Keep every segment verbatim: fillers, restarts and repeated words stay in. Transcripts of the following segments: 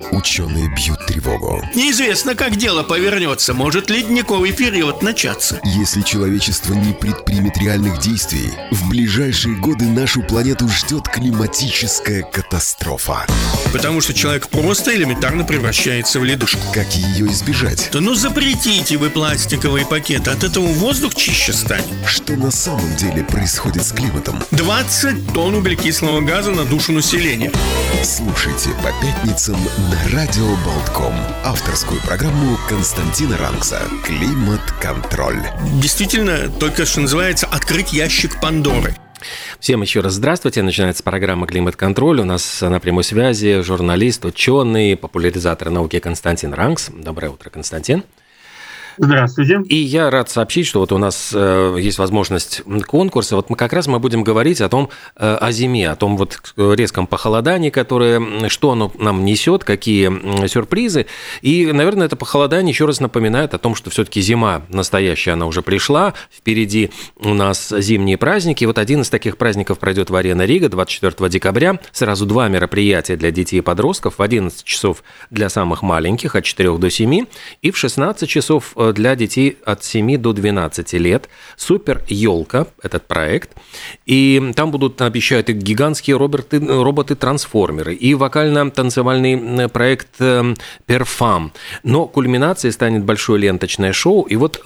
Ученые бьют тревогу. Неизвестно, как дело повернется. Может ледниковый период начаться. Если человечество не предпримет реальных действий, в ближайшие годы нашу планету ждет климатическая катастрофа. Потому что человек просто элементарно превращается в ледышку. Как ее избежать? Да ну запретите вы пластиковые пакеты. От этого воздух чище станет. Что на самом деле происходит с климатом? двадцать тонн углекислого газа на душу населения. Слушайте по пятницам на Радио Болтком авторскую программу Константина Рангса «Климат-контроль». Действительно, только что называется «Открыть ящик Пандоры». Всем еще раз здравствуйте. Начинается программа «Климат-контроль». У нас на прямой связи журналист, ученый, популяризатор науки Константин Рангс. Доброе утро, Константин. Здравствуйте. И я рад сообщить, что вот у нас э, есть возможность конкурса. Вот мы как раз мы будем говорить о том, э, о зиме, о том вот резком похолодании, которое, что оно нам несет, какие сюрпризы. И, наверное, это похолодание еще раз напоминает о том, что все-таки зима настоящая, она уже пришла. Впереди у нас зимние праздники. Вот один из таких праздников пройдет в Арена Рига двадцать четвёртого декабря. Сразу два мероприятия для детей и подростков. В одиннадцать часов для самых маленьких, от четырёх до семи. И в шестнадцать часов для детей от семи до двенадцати лет. Супер елка, этот проект. И там будут, обещают, и гигантские роботы, роботы-трансформеры, и вокально-танцевальный проект Перфам. Но кульминацией станет большое ленточное шоу. И вот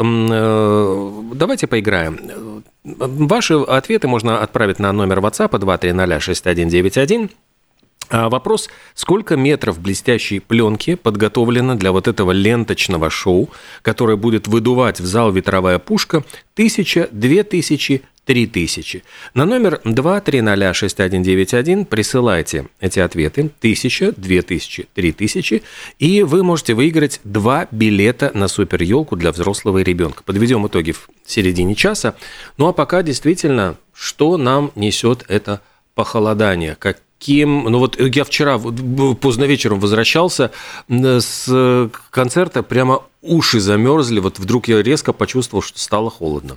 давайте поиграем. Ваши ответы можно отправить на номер WhatsApp два три ноль шесть один девять один. А вопрос, сколько метров блестящей пленки подготовлено для вот этого ленточного шоу, которое будет выдувать в зал ветровая пушка, тысяча, две тысячи, три тысячи. На номер два три ноль шесть один девять один присылайте эти ответы, тысяча, две тысячи, три тысячи, и вы можете выиграть два билета на супер елку для взрослого и ребенка. Подведем итоги в середине часа. Ну а пока действительно, что нам несет это похолодание, как Кем, ну вот я вчера поздно вечером возвращался с концерта, прямо уши замерзли, вот вдруг я резко почувствовал, что стало холодно.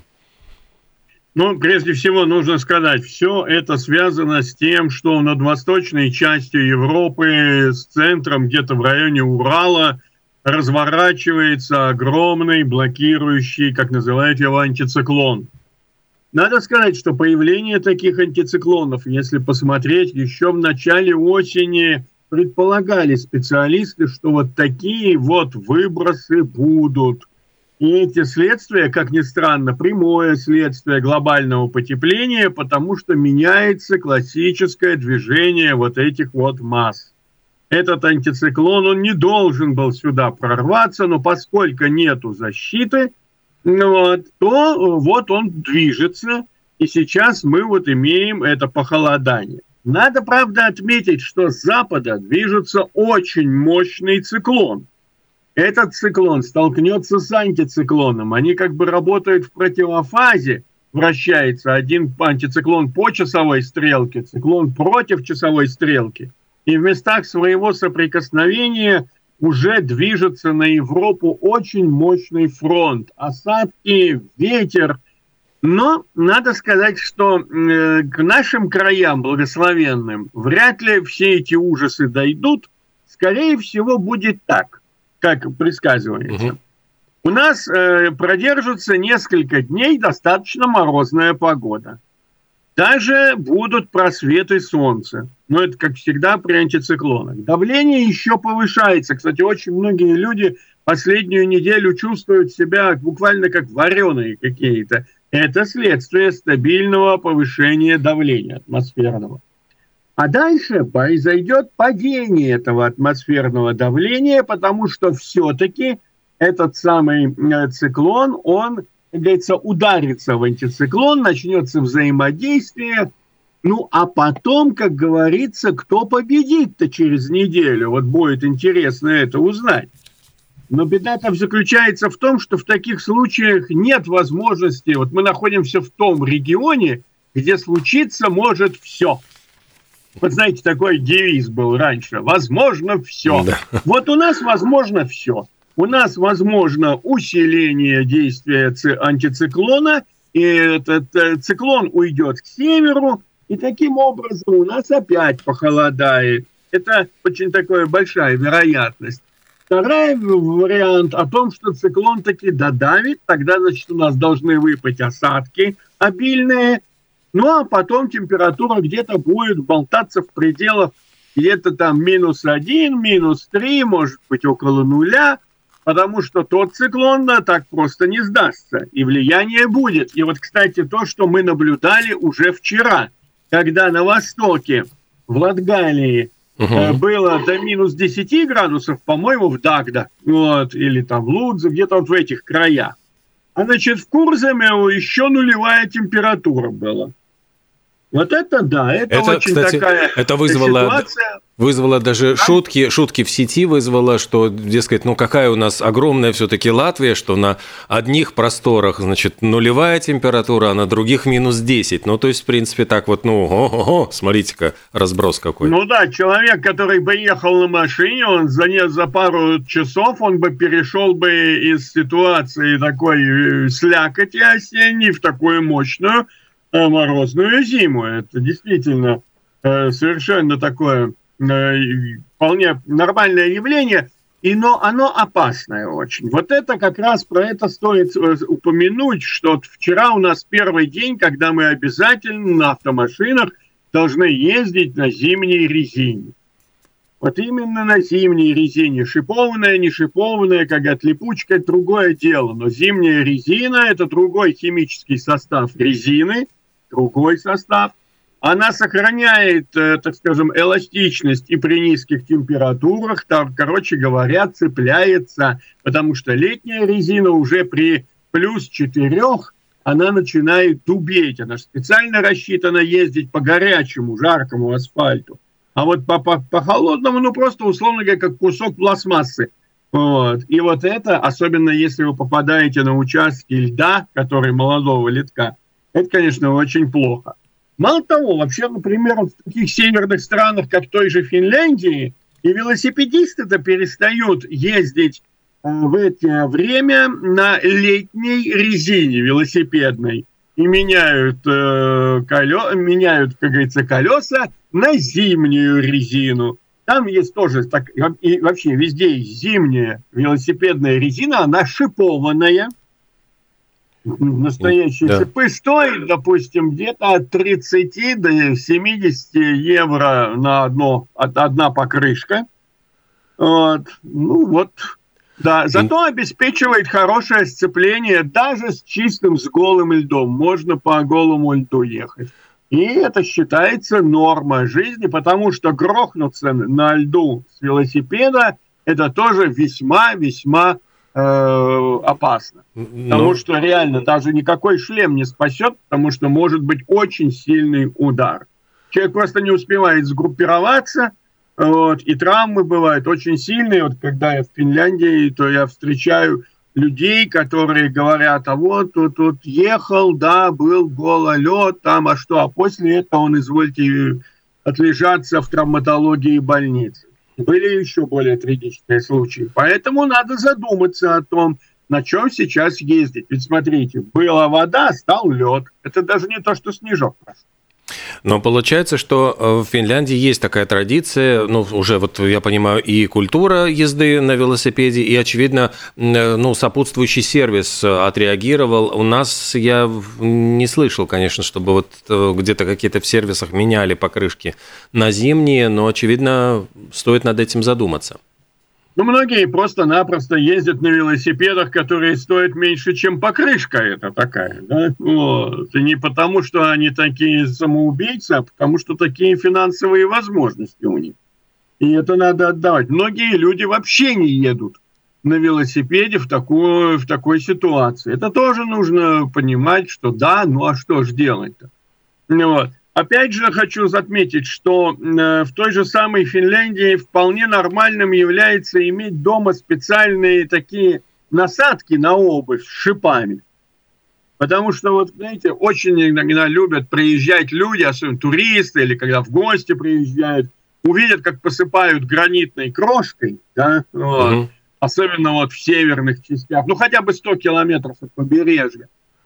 Ну, прежде всего, нужно сказать, все это связано с тем, что над восточной частью Европы, с центром где-то в районе Урала, разворачивается огромный блокирующий, как называют его, антициклон. Надо сказать, что появление таких антициклонов, если посмотреть, еще в начале осени предполагали специалисты, что вот такие вот выбросы будут. И эти следствия, как ни странно, прямое следствие глобального потепления, потому что меняется классическое движение вот этих вот масс. Этот антициклон, он не должен был сюда прорваться, но поскольку нету защиты, Вот, то вот он движется, и сейчас мы вот имеем это похолодание. Надо, правда, отметить, что с запада движется очень мощный циклон. Этот циклон столкнется с антициклоном, они как бы работают в противофазе, вращается один антициклон по часовой стрелке, циклон против часовой стрелки, и в местах своего соприкосновения уже движется на Европу очень мощный фронт, осадки, ветер. Но надо сказать, что э, к нашим краям благословенным вряд ли все эти ужасы дойдут. Скорее всего, будет так, как предсказывается. Угу. У нас э, продержится несколько дней достаточно морозная погода. Даже будут просветы солнца. Но это, как всегда, при антициклонах. Давление еще повышается. Кстати, очень многие люди последнюю неделю чувствуют себя буквально как вареные какие-то. Это следствие стабильного повышения давления атмосферного. А дальше произойдет падение этого атмосферного давления, потому что все-таки этот самый циклон, он, как говорится, ударится в антициклон, начнется взаимодействие. Ну, а потом, как говорится, кто победит-то через неделю? Вот будет интересно это узнать. Но беда-то заключается в том, что в таких случаях нет возможности. Вот мы находимся в том регионе, где случиться может все. Вот знаете, такой девиз был раньше. Возможно все. Да. Вот у нас возможно все. У нас возможно усиление действия антициклона, и этот циклон уйдет к северу, и таким образом у нас опять похолодает. Это очень такая большая вероятность. Второй вариант о том, что циклон таки додавит, тогда, значит, у нас должны выпасть осадки обильные, ну, а потом температура где-то будет болтаться в пределах где-то там минус один, минус три, может быть, около нуля, потому что тот циклон так просто не сдастся, и влияние будет. И вот, кстати, то, что мы наблюдали уже вчера, когда на востоке, в Латгалии, угу. было до минус десять градусов, по-моему, в Дагда, вот, или там в Лудзе, где-то вот в этих краях. А, значит, в Курзаме еще нулевая температура была. Вот это да, это, это очень кстати, такая это вызвало, ситуация. Вызвало даже да? шутки, шутки в сети вызвало, что, дескать, ну какая у нас огромная все-таки Латвия, что на одних просторах, значит, нулевая температура, а на других минус десять. Ну, то есть, в принципе, так вот, ну, ого-го, смотрите-ка, разброс какой. Ну да, человек, который бы ехал на машине, он за, не, за пару часов, он бы перешел бы из ситуации такой слякоти осенней в такую мощную морозную зиму. Это действительно э, совершенно такое э, вполне нормальное явление, и, но оно опасное очень. Вот это как раз про это стоит упомянуть, что вчера у нас первый день, когда мы обязательно на автомашинах должны ездить на зимней резине. Вот именно на зимней резине. Шипованная, не шипованная, как от липучка, это другое дело. Но зимняя резина – это другой химический состав резины, другой состав. Она сохраняет, так скажем, эластичность и при низких температурах, там, короче говоря, цепляется, потому что летняя резина уже при плюс четырех, она начинает дубеть. Она специально рассчитана ездить по горячему, жаркому асфальту. А вот по, по, по холодному, ну просто, условно говоря, как кусок пластмассы. Вот. И вот это, особенно если вы попадаете на участки льда, который молодого ледка, это, конечно, очень плохо. Мало того, вообще, например, в таких северных странах, как той же Финляндии, и велосипедисты-то перестают ездить в это время на летней резине велосипедной и меняют, э, колё... меняют, как говорится, колеса на зимнюю резину. Там есть тоже, так, и вообще везде есть зимняя велосипедная резина, она шипованная. Настоящие да. шипы стоят, допустим, где-то от тридцати до семидесяти евро на одно, одна покрышка. Вот. Ну вот, да. Зато обеспечивает хорошее сцепление даже с чистым, с голым льдом. Можно по голому льду ехать. И это считается нормой жизни, потому что грохнуться на льду с велосипеда это тоже весьма-весьма опасно. Потому Но... что реально даже никакой шлем не спасет, потому что может быть очень сильный удар. Человек просто не успевает сгруппироваться, вот, и травмы бывают очень сильные. Вот когда я в Финляндии, то я встречаю людей, которые говорят, а вот тут, тут ехал, да, был гололед, там, а что? А после этого он, извольте, отлежаться в травматологии больницы. Были еще более трагичные случаи. Поэтому надо задуматься о том, на чем сейчас ездить. Ведь смотрите, была вода, стал лед. Это даже не то, что снежок. Но получается, что в Финляндии есть такая традиция, ну, уже, вот я понимаю, и культура езды на велосипеде, и, очевидно, ну, сопутствующий сервис отреагировал. У нас я не слышал, конечно, чтобы вот где-то какие-то в сервисах меняли покрышки на зимние, но, очевидно, стоит над этим задуматься. Ну, многие просто-напросто ездят на велосипедах, которые стоят меньше, чем покрышка эта такая. Да? Вот. И не потому, что они такие самоубийцы, а потому, что такие финансовые возможности у них. И это надо отдавать. Многие люди вообще не едут на велосипеде в, такую, в такой ситуации. Это тоже нужно понимать, что да, ну а что ж делать-то? Вот. Опять же, хочу отметить, что э, в той же самой Финляндии вполне нормальным является иметь дома специальные такие насадки на обувь с шипами. Потому что, вот, знаете, очень иногда любят приезжать люди, особенно туристы, или когда в гости приезжают, увидят, как посыпают гранитной крошкой, да, вот, угу. Особенно вот в северных частях, ну хотя бы сто километров от побережья.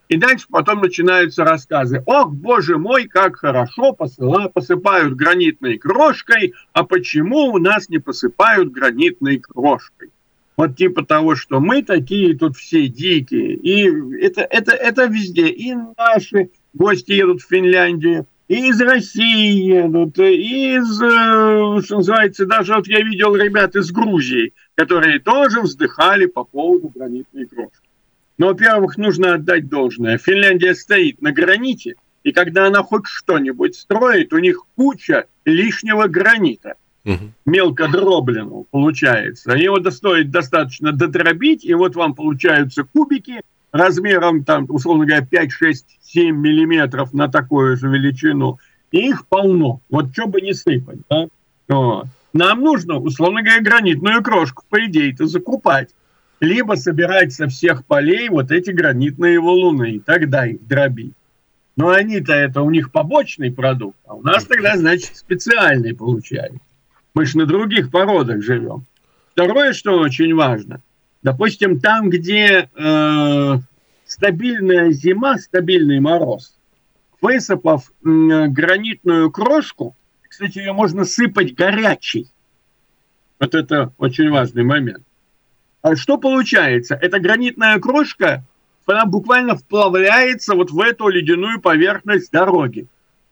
И дальше потом начинаются рассказы. Ох, боже мой, как хорошо посыла, посыпают гранитной крошкой, а почему у нас не посыпают гранитной крошкой? Вот типа того, что мы такие тут все дикие. И это, это, это везде. И наши гости едут в Финляндию, и из России едут, и из, что называется, даже вот я видел ребят из Грузии, которые тоже вздыхали по поводу гранитной крошки. Но, во-первых, нужно отдать должное. Финляндия стоит на граните, и когда она хоть что-нибудь строит, у них куча лишнего гранита. Угу. Мелко дробленного получается. Его стоит достаточно додробить, и вот вам получаются кубики размером, там, условно говоря, пять, шесть, семь миллиметров на такую же величину. И их полно. Вот что бы не сыпать. Да? Вот. Нам нужно, условно говоря, гранитную крошку, по идее-то, закупать. Либо собирать со всех полей вот эти гранитные валуны, и тогда их дробить. Но они-то, это у них побочный продукт, а у нас тогда, значит, специальный получается. Мы же на других породах живем. Второе, что очень важно, допустим, там, где э, стабильная зима, стабильный мороз, высыпав э, гранитную крошку, кстати, ее можно сыпать горячей. Вот это очень важный момент. А что получается? Эта гранитная крошка, она буквально вплавляется вот в эту ледяную поверхность дороги.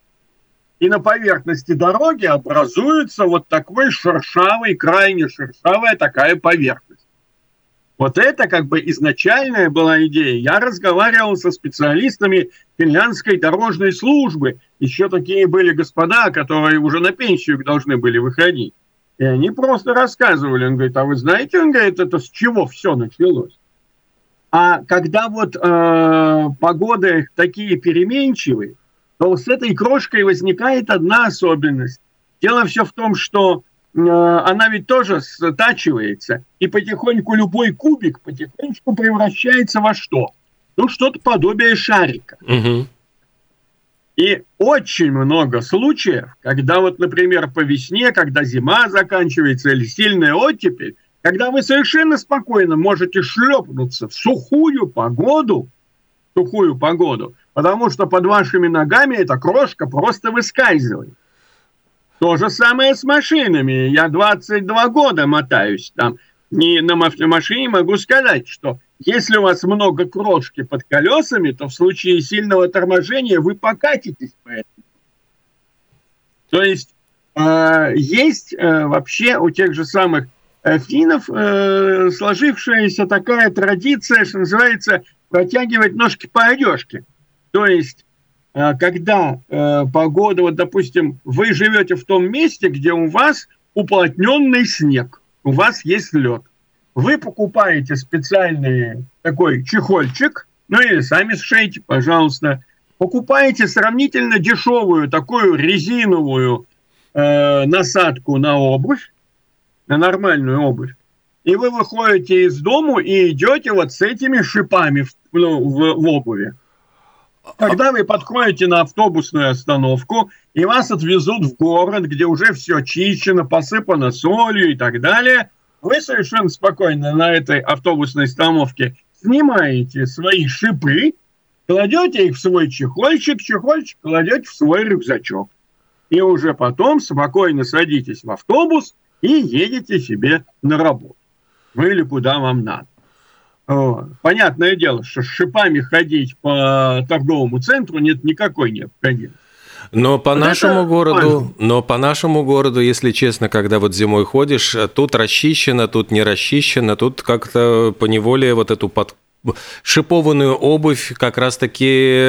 И на поверхности дороги образуется вот такой шершавый, крайне шершавая такая поверхность. Вот это как бы изначальная была идея. Я разговаривал со специалистами финляндской дорожной службы. Еще такие были господа, которые уже на пенсию должны были выходить. И они просто рассказывали. Он говорит, а вы знаете, он говорит, это с чего все началось? А когда вот э, погоды такие переменчивые, то с этой крошкой возникает одна особенность. Дело все в том, что э, она ведь тоже стачивается, и потихоньку любой кубик потихонечку превращается во что? Ну, что-то подобие шарика. Угу. И очень много случаев, когда вот, например, по весне, когда зима заканчивается или сильная оттепель, когда вы совершенно спокойно можете шлепнуться в сухую погоду, сухую погоду, потому что под вашими ногами эта крошка просто выскальзывает. То же самое с машинами. Я двадцать два года мотаюсь там. И на машине могу сказать, что если у вас много крошки под колесами, то в случае сильного торможения вы покатитесь по этому. То есть э, есть э, вообще у тех же самых э, финнов э, сложившаяся такая традиция, что называется, протягивать ножки по одежке. То есть, э, когда э, погода, вот, допустим, вы живете в том месте, где у вас уплотненный снег, у вас есть лед. Вы покупаете специальный такой чехольчик, ну или сами сшейте, пожалуйста. Покупаете сравнительно дешевую такую резиновую э, насадку на обувь, на нормальную обувь. И вы выходите из дому и идете вот с этими шипами в, ну, в, в обуви. Когда вы подходите на автобусную остановку, и вас отвезут в город, где уже все чищено, посыпано солью и так далее, вы совершенно спокойно на этой автобусной остановке снимаете свои шипы, кладете их в свой чехольчик, чехольчик кладете в свой рюкзачок. И уже потом спокойно садитесь в автобус и едете себе на работу. Ну или куда вам надо. Вот. Понятное дело, что с шипами ходить по торговому центру нет никакой необходимости. Но по вот нашему городу, важно. но по нашему городу, если честно, когда вот зимой ходишь, тут расчищено, тут не расчищено, тут как-то поневоле вот эту под... шипованную обувь как раз-таки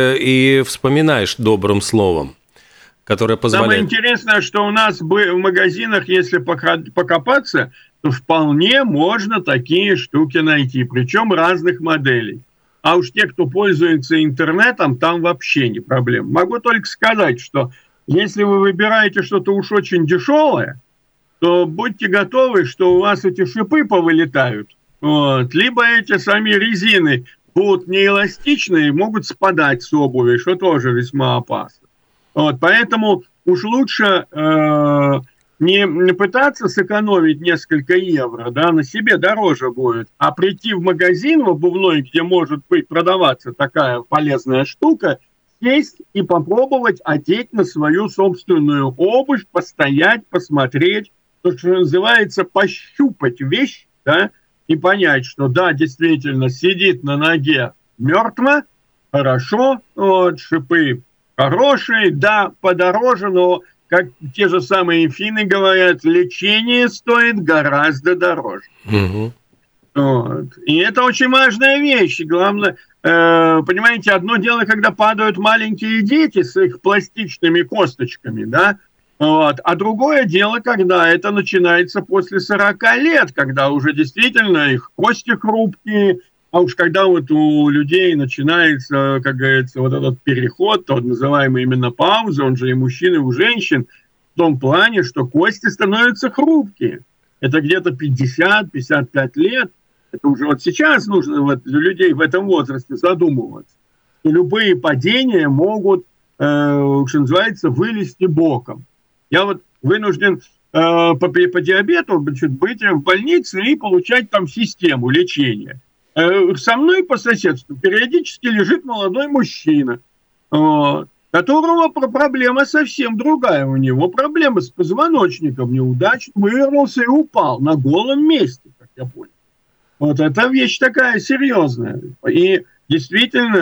и вспоминаешь добрым словом, которое позволяет... Самое интересное, что у нас в магазинах, если покопаться, то вполне можно такие штуки найти, причем разных моделей. А уж те, кто пользуется интернетом, там вообще не проблема. Могу только сказать, что если вы выбираете что-то уж очень дешевое, то будьте готовы, что у вас эти шипы повылетают. Вот. Либо эти сами резины будут неэластичные, могут спадать с обуви, что тоже весьма опасно. Вот. Поэтому уж лучше э, не, не пытаться сэкономить несколько евро, да, на себе дороже будет, а прийти в магазин в обувной, где может быть продаваться такая полезная штука, сесть и попробовать одеть на свою собственную обувь, постоять, посмотреть, то, что называется, пощупать вещь, да, и понять, что да, действительно, сидит на ноге мертво, хорошо, вот, шипы хорошие, да, подороже, но, как те же самые финны говорят, лечение стоит гораздо дороже. Угу. Вот. И это очень важная вещь. И главное, э, понимаете, одно дело, когда падают маленькие дети с их пластичными косточками, да, вот, а другое дело, когда это начинается после сорока лет, когда уже действительно их кости хрупкие, а уж когда вот у людей начинается, как говорится, вот этот переход, тот называемый именно пауза, он же и мужчин, и у женщин, в том плане, что кости становятся хрупкие. Это где-то пятьдесят - пятьдесят пять лет. Это уже вот сейчас нужно вот для людей в этом возрасте задумываться. Что любые падения могут, э, что называется, вылезти боком. Я вот вынужден э, по, по диабету значит, быть в больнице и получать там систему лечения. Э, со мной по соседству периодически лежит молодой мужчина, э, которого проблема совсем другая. У него проблема с позвоночником, неудачно вывернулся и упал на голом месте, как я понял. Вот эта вещь такая серьезная. И действительно,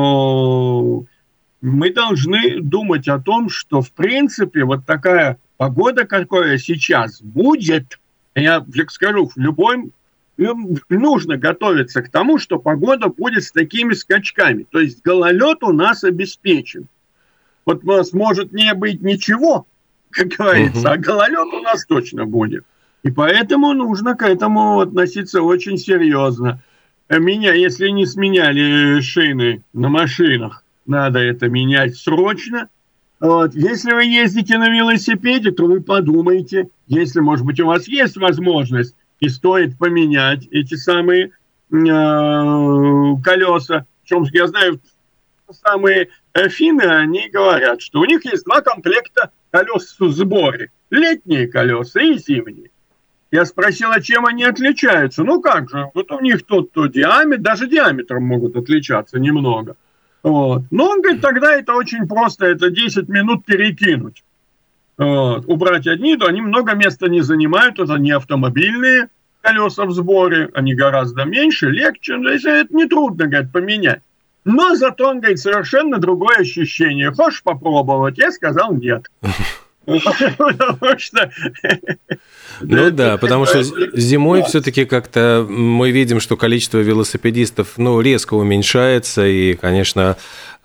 что мы должны думать о том, что в принципе вот такая погода, какая сейчас будет, я скажу, в любой нужно готовиться к тому, что погода будет с такими скачками. То есть гололед у нас обеспечен. Вот у нас может не быть ничего, как говорится, uh-huh. а гололед у нас точно будет. И поэтому нужно к этому относиться очень серьезно. Меня, если не сменяли шины на машинах, надо это менять срочно. Вот. Если вы ездите на велосипеде, то вы подумайте, если, может быть, у вас есть возможность, и стоит поменять эти самые э, колеса. Причем, я знаю, самые финны, они говорят, что у них есть два комплекта колес в сборе. Летние колеса и зимние. Я спросил, а чем они отличаются? Ну как же, вот у них тот-то диаметр, даже диаметром могут отличаться немного. Вот. Но он говорит, тогда это очень просто, это десять минут перекинуть. Вот. Убрать одни, то они много места не занимают, это не автомобильные колеса в сборе, они гораздо меньше, легче, это нетрудно, говорит, поменять. Но зато, он говорит, совершенно другое ощущение. Хочешь попробовать? Я сказал нет. Потому что... Ну да, потому что зимой все-таки как-то мы видим, что количество велосипедистов ну, резко уменьшается, и, конечно,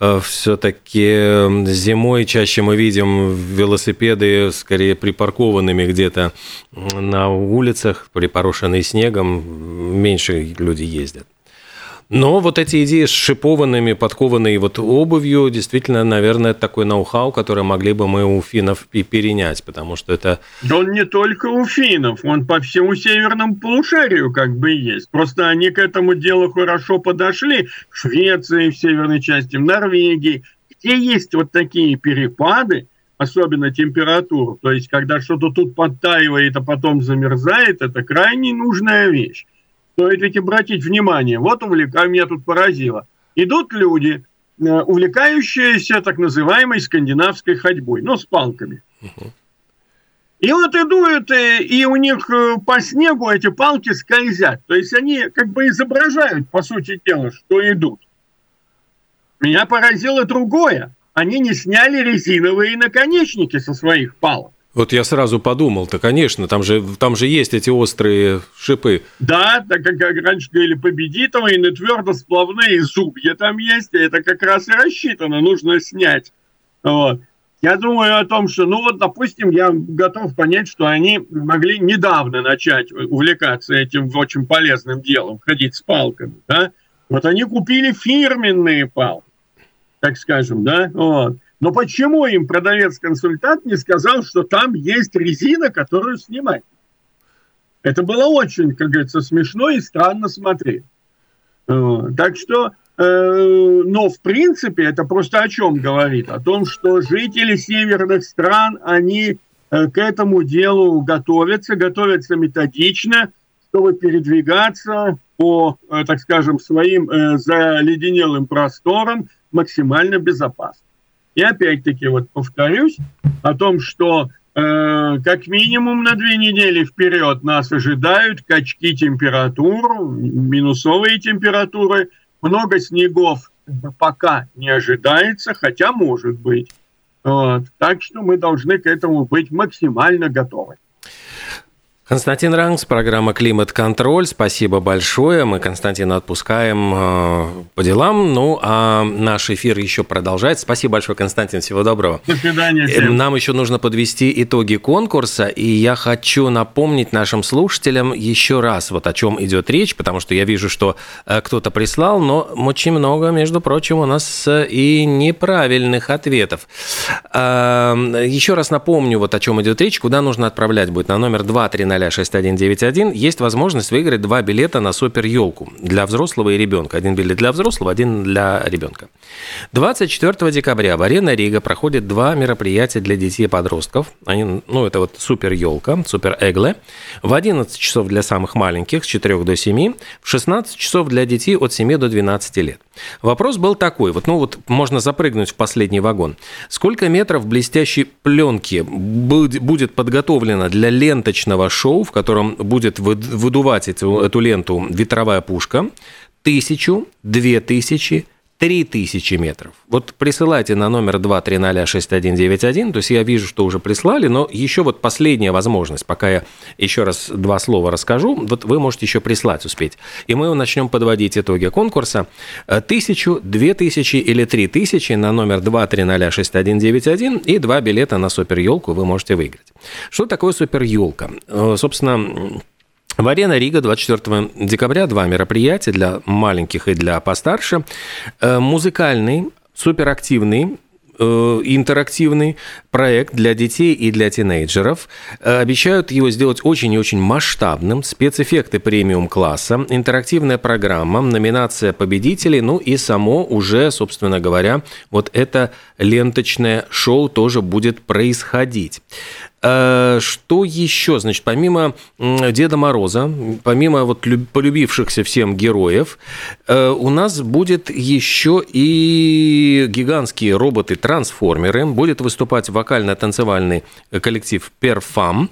все-таки зимой чаще мы видим велосипеды скорее припаркованными где-то на улицах, припорошенные снегом, меньше люди ездят. Но вот эти идеи с шипованными, подкованной вот обувью, действительно, наверное, это такой ноу-хау, который могли бы мы у финнов и перенять, потому что это... Да он не только у финнов, он по всему северному полушарию как бы есть. Просто они к этому делу хорошо подошли. В Швеции, в северной части, в Норвегии, где есть вот такие перепады, особенно температуру, то есть когда что-то тут подтаивает, а потом замерзает, это крайне нужная вещь. Стоит ведь обратить внимание, вот увлека... меня тут поразило. Идут люди, увлекающиеся так называемой скандинавской ходьбой, ну, с палками. Uh-huh. И вот идут, и у них по снегу эти палки скользят. То есть они как бы изображают, по сути дела, что идут. Меня поразило другое. Они не сняли резиновые наконечники со своих палок. Вот я сразу подумал-то, конечно, там же, там же есть эти острые шипы. Да, так как, как раньше говорили, победитовые, но твердосплавные зубья там есть, и это как раз и рассчитано, нужно снять. Вот. Я думаю о том, что, ну вот, допустим, я готов понять, что они могли недавно начать увлекаться этим очень полезным делом, ходить с палками, да. Вот они купили фирменные палки, так скажем, да, вот. Но почему им продавец-консультант не сказал, что там есть резина, которую снимать? Это было очень, как говорится, смешно и странно смотреть. Так что, э, но в принципе это просто о чем говорит? О том, что жители северных стран, они к этому делу готовятся, готовятся методично, чтобы передвигаться по, так скажем, своим заледенелым просторам максимально безопасно. И опять-таки вот повторюсь о том, что э, как минимум на две недели вперед нас ожидают качки температур, минусовые температуры, много снегов пока не ожидается, хотя может быть. Вот. Так что мы должны к этому быть максимально готовы. Константин Рангс, программа «Климат-контроль». Спасибо большое. Мы Константина отпускаем э, по делам. Ну, а наш эфир еще продолжается. Спасибо большое, Константин. Всего доброго. До свидания всем. Нам еще нужно подвести итоги конкурса. И я хочу напомнить нашим слушателям еще раз, вот о чем идет речь, потому что я вижу, что э, кто-то прислал, но очень много, между прочим, у нас э, и неправильных ответов. Э, еще раз напомню, вот о чем идет речь, куда нужно отправлять будет на номер два три ноль шесть один девять один. Есть возможность выиграть два билета на супер елку для взрослого и ребенка. Один билет для взрослого, один для ребенка. двадцать четвёртого декабря в Арена Рига проходит два мероприятия для детей и подростков. Они, ну, это вот супер елка, супер эгле. В одиннадцать часов для самых маленьких, с четырёх до семи. В шестнадцать часов для детей от семи до двенадцати лет. Вопрос был такой, вот, ну вот можно запрыгнуть в последний вагон. Сколько метров блестящей пленки будет подготовлено для ленточного шоу, в котором будет выдувать эту, эту ленту ветровая пушка? Тысячу, две тысячи, три тысячи метров. Вот присылайте на номер два три ноль шесть один девять один, то есть я вижу, что уже прислали, но еще вот последняя возможность, пока я еще раз два слова расскажу, вот вы можете еще прислать успеть. И мы начнем подводить итоги конкурса. Тысячу, две тысячи или три тысячи на номер два три ноль шесть один девять один и два билета на супер елку вы можете выиграть. Что такое супер елка? Собственно, в Арена Рига двадцать четвёртого декабря два мероприятия для маленьких и для постарше. Музыкальный, суперактивный, интерактивный проект для детей и для тинейджеров. Обещают его сделать очень и очень масштабным. Спецэффекты премиум-класса, интерактивная программа, номинация победителей, ну и само уже, собственно говоря, вот это ленточное шоу тоже будет происходить. Что еще? Значит, помимо Деда Мороза, помимо вот полюбившихся всем героев, у нас будет еще и гигантские роботы-трансформеры. Будет выступать вокально-танцевальный коллектив «Перфам».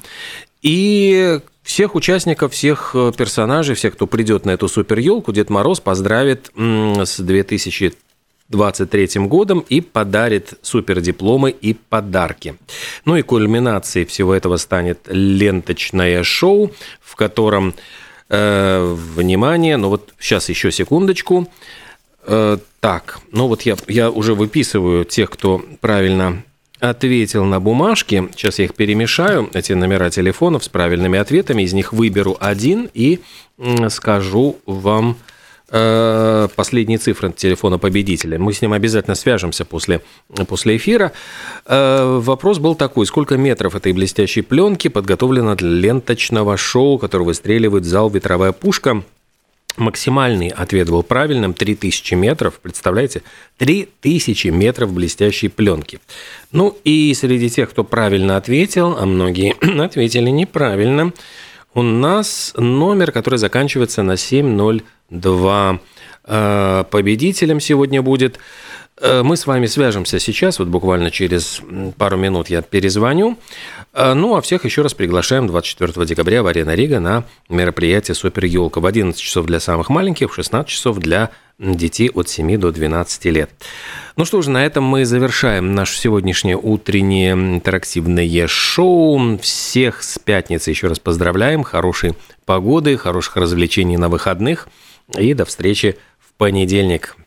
И всех участников, всех персонажей, всех, кто придет на эту супер-елку, Дед Мороз поздравит с две тысячи двадцать третьим годом и подарит супердипломы и подарки. Ну и кульминацией всего этого станет ленточное шоу, в котором, э, внимание, ну вот сейчас еще секундочку, э, так, ну вот я, я уже выписываю тех, кто правильно ответил на бумажке, сейчас я их перемешаю, эти номера телефонов с правильными ответами, из них выберу один и э, скажу вам последние цифры телефона победителя. Мы с ним обязательно свяжемся после, после эфира. Вопрос был такой: сколько метров этой блестящей пленки подготовлено для ленточного шоу, которое выстреливает в зал ветровая пушка? Максимальный ответ был правильным – три тысячи метров. Представляете? три тысячи метров блестящей пленки. Ну и среди тех, кто правильно ответил, а многие ответили неправильно, у нас номер, который заканчивается на семь ноль два. Победителем сегодня будет. Мы с вами свяжемся сейчас, вот буквально через пару минут я перезвоню. Ну, а всех еще раз приглашаем двадцать четвёртого декабря в Арена Рига на мероприятие «Супер елка» в одиннадцать часов для самых маленьких, в шестнадцать часов для детей от семи до двенадцати лет. Ну что же, на этом мы завершаем наше сегодняшнее утреннее интерактивное шоу. Всех с пятницы еще раз поздравляем. Хорошей погоды, хороших развлечений на выходных. И до встречи в понедельник.